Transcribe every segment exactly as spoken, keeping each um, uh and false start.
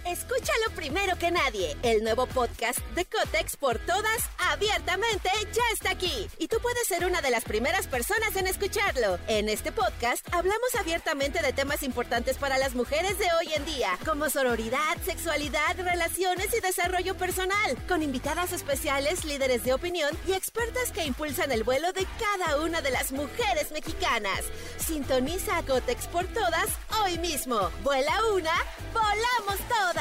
Escúchalo primero que nadie. El nuevo podcast de Cotex por todas, abiertamente, ya está aquí. Y tú puedes ser una de las primeras personas en escucharlo. En este podcast hablamos abiertamente de temas importantes para las mujeres de hoy en día, como sororidad, sexualidad, relaciones y desarrollo personal, con invitadas especiales, líderes de opinión y expertas que impulsan el vuelo de cada una de las mujeres mexicanas. Sintoniza a Cotex por todas hoy mismo. Vuela una, volamos todas.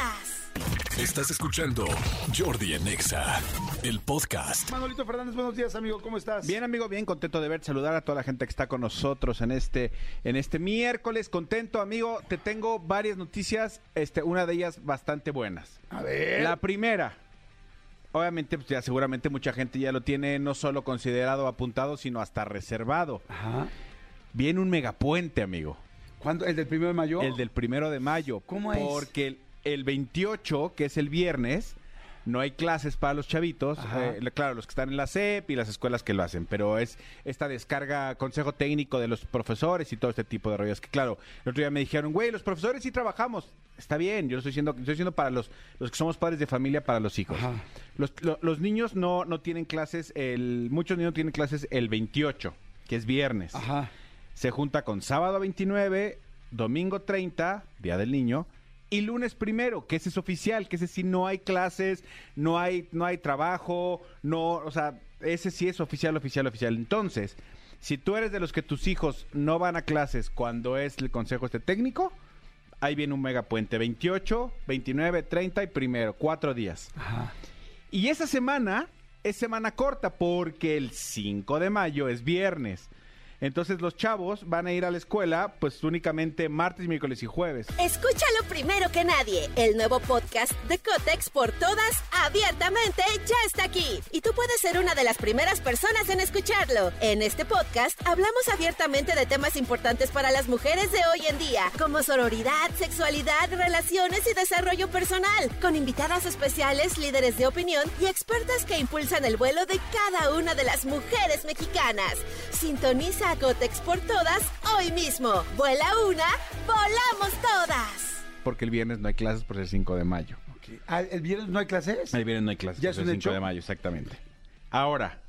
Estás escuchando Jordi en Exa, el podcast. Manolito Fernández, buenos días, amigo, ¿cómo estás? Bien, amigo, bien contento de verte, saludar a toda la gente que está con nosotros en este en este miércoles. Contento, amigo, te tengo varias noticias, este una de ellas bastante buenas. A ver. La primera, obviamente, pues ya seguramente mucha gente ya lo tiene no solo considerado apuntado, sino hasta reservado. Ajá. Viene un megapuente, amigo. ¿Cuándo? ¿El del primero de mayo? El del primero de mayo. ¿Cómo es? Porque el, el veintiocho, que es el viernes, no hay clases para los chavitos. Eh, claro, los que están en la S E P y las escuelas que lo hacen, pero es esta descarga, consejo técnico de los profesores y todo este tipo de rollos. Que claro, el otro día me dijeron, güey, los profesores sí trabajamos. Está bien, yo lo estoy diciendo, estoy diciendo para los, los que somos padres de familia, para los hijos. Ajá. Los, lo, los niños no, no tienen clases, el, muchos niños tienen clases el veintiocho, que es viernes. Ajá. Se junta con sábado veintinueve, domingo treinta, Día del Niño, y lunes primero, que ese es oficial, que ese sí no hay clases, no hay, no hay trabajo, no, o sea, ese sí es oficial, oficial, oficial. Entonces, si tú eres de los que tus hijos no van a clases cuando es el consejo este técnico, ahí viene un megapuente, veintiocho, veintinueve, treinta y primero, cuatro días. Ajá. Y esa semana es semana corta porque el cinco de mayo es viernes. Entonces los chavos van a ir a la escuela pues únicamente martes, miércoles y jueves. Escúchalo primero que nadie. El nuevo podcast de Cotex por todas, abiertamente, ya está aquí. Y tú puedes ser una de las primeras personas en escucharlo. En este podcast hablamos abiertamente de temas importantes para las mujeres de hoy en día, como sororidad, sexualidad, relaciones y desarrollo personal, con invitadas especiales, líderes de opinión y expertas que impulsan el vuelo de cada una de las mujeres mexicanas. Sintoniza a Cotex por todas hoy mismo. Vuela una, volamos todas. Porque el viernes no hay clases por el cinco de mayo. Okay. Ah, ¿el viernes no hay clases? El viernes no hay clases ¿Ya por es el un cinco hecho? de mayo, exactamente. Ahora,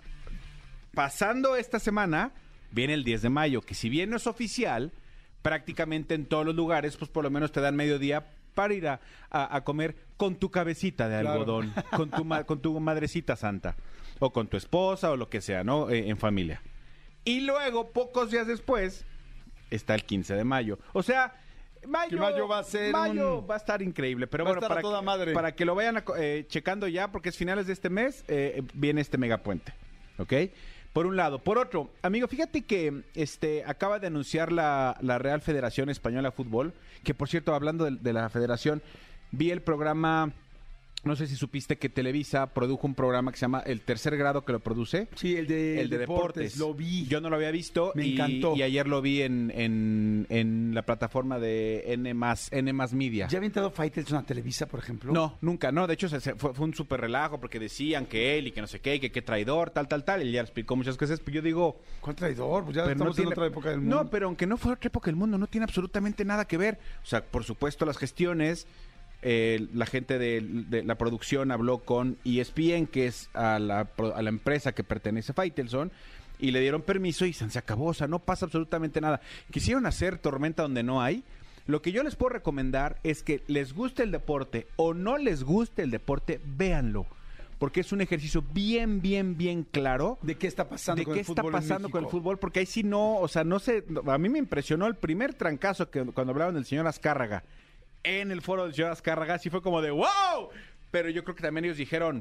pasando esta semana, viene el diez de mayo, que si bien no es oficial, prácticamente en todos los lugares, pues por lo menos te dan mediodía para ir a, a, a comer con tu cabecita de Claro. algodón, con tu, ma- con tu madrecita santa, o con tu esposa, o lo que sea, ¿no? Eh, en familia. Y luego, pocos días después, está el quince de mayo. O sea, mayo, Que mayo va a ser mayo un- va a estar increíble. Pero Va a bueno, estar a para, toda que, madre. para que lo vayan a co- eh, checando ya, porque es finales de este mes, eh, viene este megapuente. ¿Ok? Por un lado. Por otro, amigo, fíjate que este acaba de anunciar la, la Real Federación Española de Fútbol, que por cierto, hablando de, de la federación, vi el programa... No sé si supiste que Televisa produjo un programa que se llama El Tercer Grado, que lo produce. Sí, el de, El de deportes. Lo vi. Yo no lo había visto. Me y, encantó. Y ayer lo vi en, en, en la plataforma de N más, N más Media. ¿Ya había entrado Faitelson a Televisa, por ejemplo? No, nunca, no. De hecho, se- se- fue, fue un súper relajo porque decían que él y que no sé qué, que qué traidor, tal, tal, tal. Él ya explicó muchas cosas, pero yo digo... ¿Cuál traidor? Pues ya pero estamos no en tiene- otra época del mundo. No, pero aunque no fuera otra época del mundo, no tiene absolutamente nada que ver. O sea, por supuesto, las gestiones... Eh, la gente de, de la producción habló con E S P N, que es a la, pro- a la empresa que pertenece a Faitelson, y le dieron permiso y se acabó. O sea, no pasa absolutamente nada. Quisieron hacer tormenta donde no hay. Lo que yo les puedo recomendar es que les guste el deporte o no les guste el deporte, véanlo. Porque es un ejercicio bien, bien, bien claro ¿De qué está pasando de con qué el está fútbol en pasando con el México? fútbol, porque ahí sí no, o sea, no sé, a mí me impresionó el primer trancazo que cuando hablaron del señor Azcárraga en el foro del señor Azcárraga, sí fue como de ¡wow! Pero yo creo que también ellos dijeron,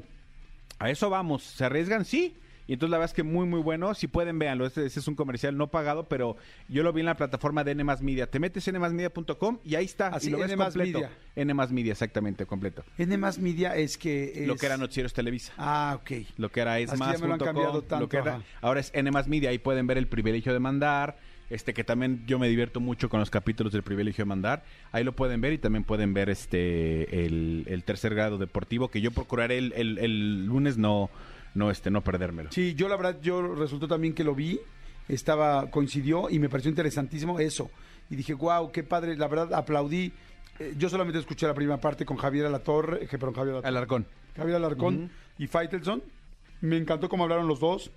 a eso vamos, ¿se arriesgan? Sí. Y entonces la verdad es que muy, muy bueno. Si pueden, véanlo. Ese, ese es un comercial no pagado, pero yo lo vi en la plataforma de N más Media. Te metes en ene más media punto com y ahí está. Así, y lo ves N más completo. Media. N más Media, exactamente, completo. N más Media es que... Es... Lo que era Noticieros Televisa. Ah, ok. Lo que era es Así más ya me lo han punto com, cambiado tanto, lo que era- ajá. ahora es N más Media, ahí pueden ver el privilegio de mandar, este que también yo me divierto mucho con los capítulos del privilegio de mandar, ahí lo pueden ver y también pueden ver este el, el tercer grado deportivo, que yo procuraré el, el, el lunes no, no, este, no perdérmelo. Sí, yo la verdad, yo resultó también que lo vi, estaba, coincidió y me pareció interesantísimo eso. Y dije, wow, qué padre, la verdad aplaudí eh, yo solamente escuché la primera parte con Javier Alatorre, que perdón, Javier Alatorre, Alarcón. Javier Alarcón Ujú. y Faitelson. Me encantó cómo hablaron los dos.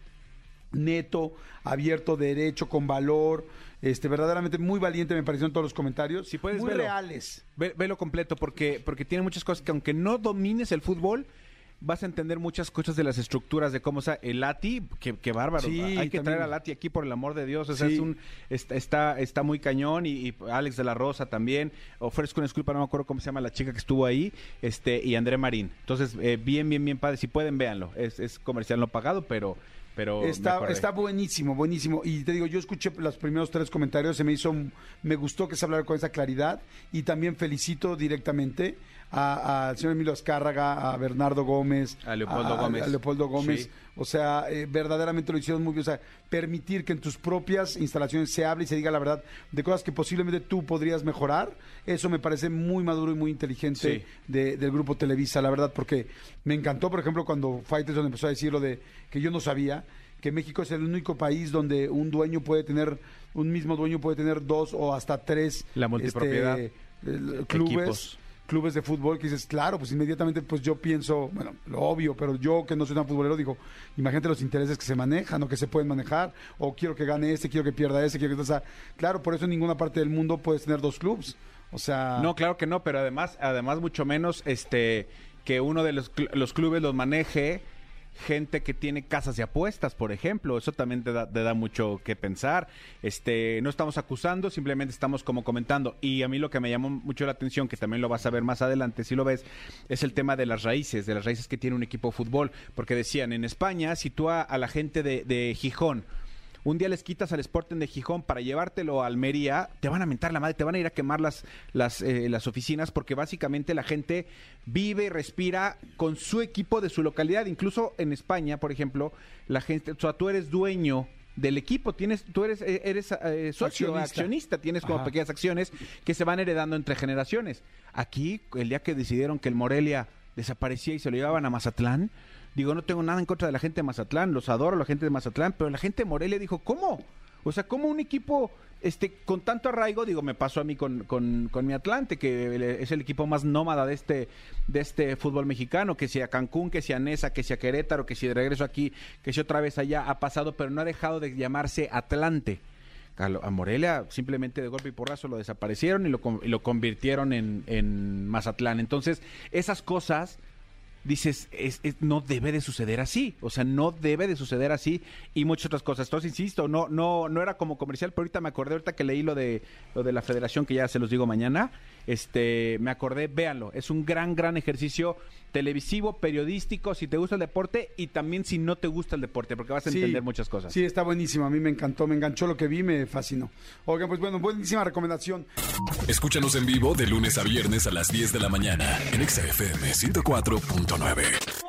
Neto, abierto, derecho, con valor. Este, verdaderamente muy valiente me parecieron todos los comentarios. Si puedes, muy velo. reales. Ve, velo completo porque, porque tiene muchas cosas que aunque no domines el fútbol, vas a entender muchas cosas de las estructuras de cómo sea el Lati, que, que bárbaro. Sí, Hay que también. traer a Lati aquí por el amor de Dios. O sea, Sí. es un, está, está, está muy cañón y, y Alex de la Rosa también. Ofrezco una disculpa, no me acuerdo cómo se llama la chica que estuvo ahí, este, y André Marín. Entonces, eh, bien, bien, bien padre. Si pueden, véanlo. Es, es comercial no pagado, pero... Pero me Está, acordé. está buenísimo, buenísimo. Y te digo, yo escuché los primeros tres comentarios, se me hizo, me gustó que se hablara con esa claridad. Y también felicito directamente a- al señor Emilio Azcárraga, a Bernardo Gómez, A Leopoldo Gómez. a Leopoldo Gómez. Sí. O sea, eh, verdaderamente lo hicieron muy bien. O sea, permitir que en tus propias instalaciones se hable y se diga la verdad de cosas que posiblemente tú podrías mejorar. Eso me parece muy maduro y muy inteligente Sí. de- del grupo Televisa, la verdad, porque me encantó, por ejemplo, cuando Faitelson empezó a decir lo de que yo no sabía que México es el único país donde un dueño puede tener, un mismo dueño puede tener dos o hasta tres La multipropiedad. este, el- clubes. Equipos. Clubes de fútbol que dices, claro, pues inmediatamente pues yo pienso, bueno, lo obvio, pero yo que no soy tan futbolero digo, imagínate los intereses que se manejan o que se pueden manejar, o quiero que gane este, quiero que pierda este, quiero que... O sea, claro, por eso en ninguna parte del mundo puedes tener dos clubes. O sea... No, claro que no, pero además, además mucho menos este que uno de los, cl- los clubes los maneje gente que tiene casas de apuestas, por ejemplo. Eso también te da, te da mucho que pensar. Este, no estamos acusando, simplemente estamos como comentando. Y a mí lo que me llamó mucho la atención, que también lo vas a ver más adelante, si lo ves, es el tema de las raíces, de las raíces que tiene un equipo de fútbol. Porque decían, en España, si tú a, a la gente de, de Gijón un día les quitas al Sporting de Gijón para llevártelo a Almería, te van a mentar la madre, te van a ir a quemar las, las, eh, las oficinas, porque básicamente la gente vive y respira con su equipo de su localidad. Incluso en España, por ejemplo, la gente, o sea, tú eres dueño del equipo, tienes, tú eres, eh, eres eh, socio, Accionista. accionista, tienes como Ajá. pequeñas acciones que se van heredando entre generaciones. Aquí, el día que decidieron que el Morelia desaparecía y se lo llevaban a Mazatlán, digo, no tengo nada en contra de la gente de Mazatlán, los adoro, la gente de Mazatlán, pero la gente de Morelia dijo, ¿cómo? O sea, ¿cómo un equipo este con tanto arraigo? Digo, me pasó a mí con, con, con mi Atlante, que es el equipo más nómada de este, de este fútbol mexicano, que si a Cancún, que si a Nesa, que si a Querétaro, que si de regreso aquí, que si otra vez allá, ha pasado, pero no ha dejado de llamarse Atlante. A, lo- a Morelia simplemente de golpe y porrazo lo desaparecieron y lo, con- y lo convirtieron en, en Mazatlán. Entonces, esas cosas... dices, es, es- no debe de suceder así, o sea, no debe de suceder así y muchas otras cosas. Entonces, insisto, no no no era como comercial, pero ahorita me acordé, ahorita que leí lo de lo de la federación, que ya se los digo mañana, este, me acordé, véanlo, es un gran, gran ejercicio televisivo, periodístico, si te gusta el deporte y también si no te gusta el deporte, porque vas a Sí. entender muchas cosas. Sí, está buenísimo. A mí me encantó, me enganchó lo que vi, me fascinó. Oigan, pues bueno, buenísima recomendación. Escúchanos en vivo de lunes a viernes a las diez de la mañana en Exa F M ciento cuatro punto nueve.